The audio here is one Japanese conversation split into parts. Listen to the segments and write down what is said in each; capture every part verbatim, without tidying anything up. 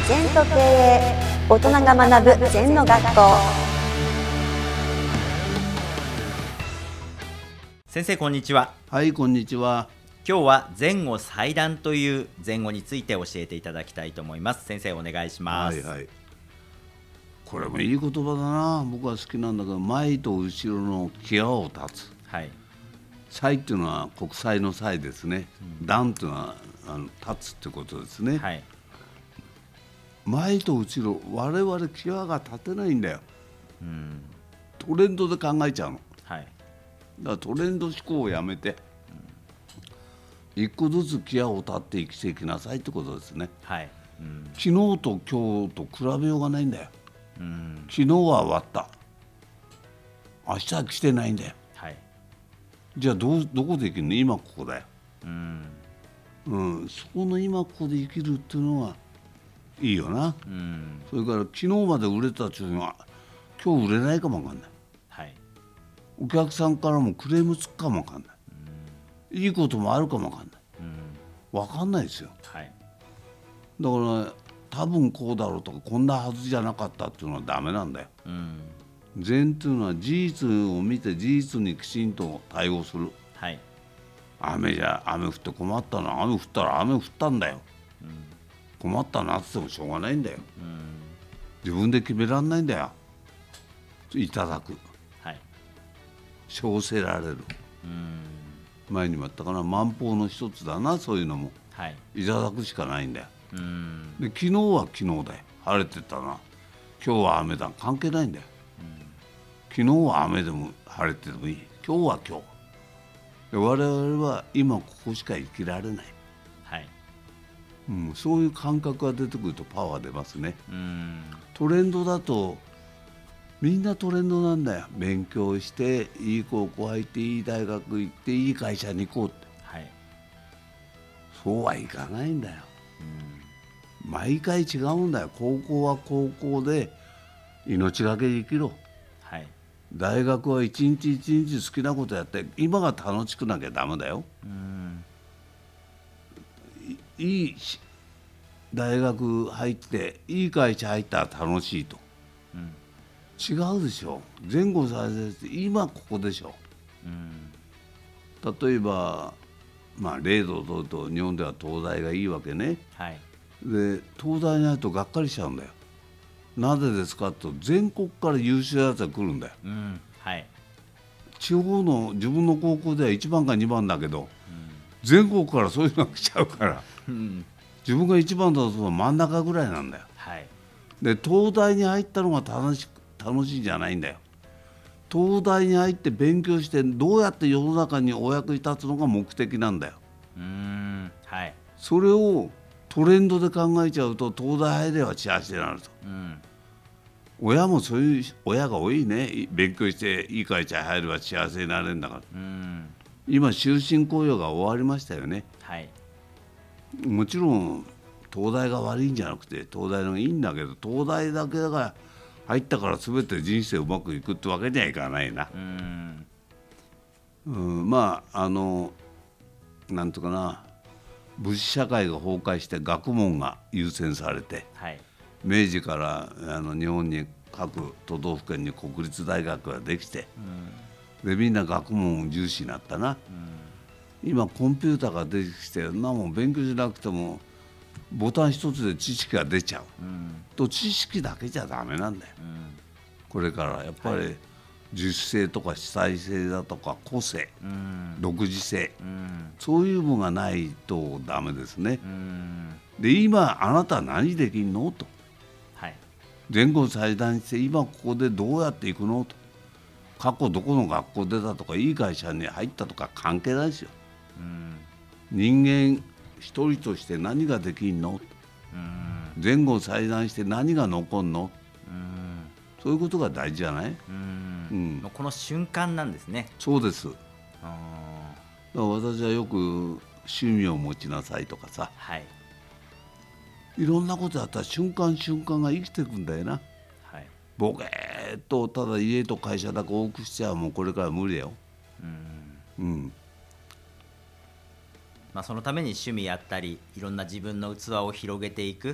禅と経営、大人が学ぶ禅の学校。 先生こんにちは。 はい、こんにちは。 今日は前後祭壇という前後について教えていただきたいと思います。先生お願いします。 はいはい。これもいい言葉だな。僕は好きなんだけど、前と後ろの際を立つ。 はい。 祭っていうのは国際の祭ですね。 うん、 壇っていうのはあの立つってことですね。 はい。 前と後ろ、我々際が立てないんだよ。 うん、 トレンドで考えちゃうの。 はい。 だからトレンド思考をやめて、うん、一個ずつ際を立って生きていきなさいってことですね。 はい。うん、 昨日と今日と比べようがないんだよ。 うん、 昨日は終わった。明日は来てないんだよ。 はい。 じゃあ ど, どこで生きるの？今ここだよ、 うんうん、そこの今ここで生きるっていうのはいいよな、 うん、 それから昨日まで売れた中には今日売れないかもわかんない、 はい、 お客さんからもクレームつくかもわかんない、うん、いいこともあるかもわかんない、うん、わかんないですよ、はい、だから多分こうだろうとかこんなはずじゃなかったっていうのはダメなんだよ、うん、禅っていうのは事実を見て事実にきちんと対応する、はい、雨じゃ雨降って困ったな、雨降ったら雨降ったんだよ、うん、困ったなって言ってもしょうがないんだよ、うん、自分で決めらんないんだよ、いただく、はい、称せられる、うん、前にも言ったかな、万法の一つだな、そういうのも、はい、いただくしかないんだよ、うん、で昨日は昨日だよ、晴れてたな、今日は雨だ、関係ないんだよ、昨日は雨でも晴れてでもいい、今日は今日で、我々は今ここしか生きられない、はい、うん、そういう感覚が出てくるとパワー出ますね。うん、トレンドだとみんなトレンドなんだよ、勉強していい高校入っていい大学行っていい会社に行こうって、はい、そうはいかないんだよ、うん、毎回違うんだよ。高校は高校で命がけで生きろ、はい、大学は一日一日好きなことやって今が楽しくなきゃダメだよ、うん、い, いい大学入っていい会社入ったら楽しいと、うん、違うでしょ、前後されて今ここでしょ、うん、例えばまあ例をとると日本では東大がいいわけね、はい、で東大に入るとがっかりしちゃうんだよ。なぜですかと、全国から優秀なやつが来るんだよ、うん、はい、地方の自分の高校ではいちばんかにばんだけど、うん、全国からそういうのが来ちゃうから、うん、自分がいちばんだと真ん中ぐらいなんだよ、はい、で東大に入ったのが楽し楽しいじゃないんだよ。東大に入って勉強してどうやって世の中にお役に立つのが目的なんだよ、うーん、はい、それをトレンドで考えちゃうと東大入れば幸せになると、うん、親もそういう親が多いね。勉強していい会社入れば幸せになれるんだから、うん、今終身雇用が終わりましたよね、はい、もちろん東大が悪いんじゃなくて東大のがいいんだけど、東大だけだから入ったから全て人生うまくいくってわけにはいかないな、うん、うん、まああのなんとかな、物資社会が崩壊して学問が優先されて、はい、明治からあの日本に各都道府県に国立大学ができて、うん、でみんな学問重視になったな、うん、今コンピューターが出てきて、なもん勉強しなくてもボタン一つで知識が出ちゃう、うん、と知識だけじゃダメなんだよ、うん、これからやっぱり、はい、自主性とか主体性だとか個性、うん、独自性、うん、そういうものがないとダメですね、うん、で今あなたは何できんのと、はい、前後裁断して今ここでどうやっていくのと、過去どこの学校出たとかいい会社に入ったとか関係ないですよ、うん、人間一人として何ができんの、うん、前後裁断して何が残んの、うん、そういうことが大事じゃない、うんうん、この瞬間なんですね。 そうです。あ、だから私はよく趣味を持ちなさいとかさ、はい、いろんなことやったら瞬間瞬間が生きていくんだよな、はい、ボケーっとただ家と会社だけ多くしちゃもうこれから無理だよ、うん、うん、 まあ、そのために趣味やったりいろんな自分の器を広げていく、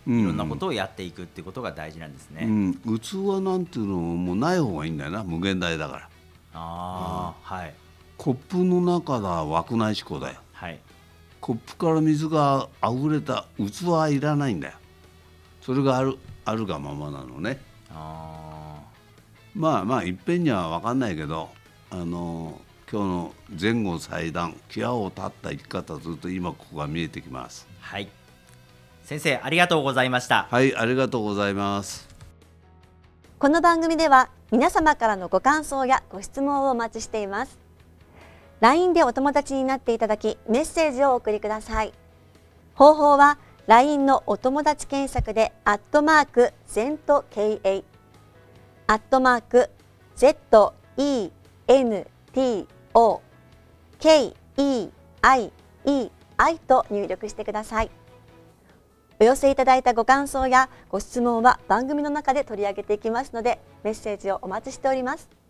いろんなことをやっていくっていうことが大事なんですね。 うん、器なんていうのももうない方がいいんだよな、無限大だから。 ああ、はい。 コップの中だ枠内思考だよ。 はい。 コップから水があふれた器はいらないんだよ。それがあるあるがままなのね。 あまあまあいっぺんには分かんないけど、あの今日の前後祭壇際を立った生き方すると今ここが見えてきます。 はい。先生ありがとうございました。 はい、ありがとうございます。 この番組では皆様からのご感想やご質問をお待ちしています。ライン でお友達になっていただきメッセージをお送りください。方法は ライン のお友達検索でアットマーク ゼント ケーエー アットマーク ゼット イー エヌ ティー オー ケー イー アイ イー アイ と入力してください。お寄せいただいたご感想やご質問は番組の中で取り上げていきますのでメッセージをお待ちしております。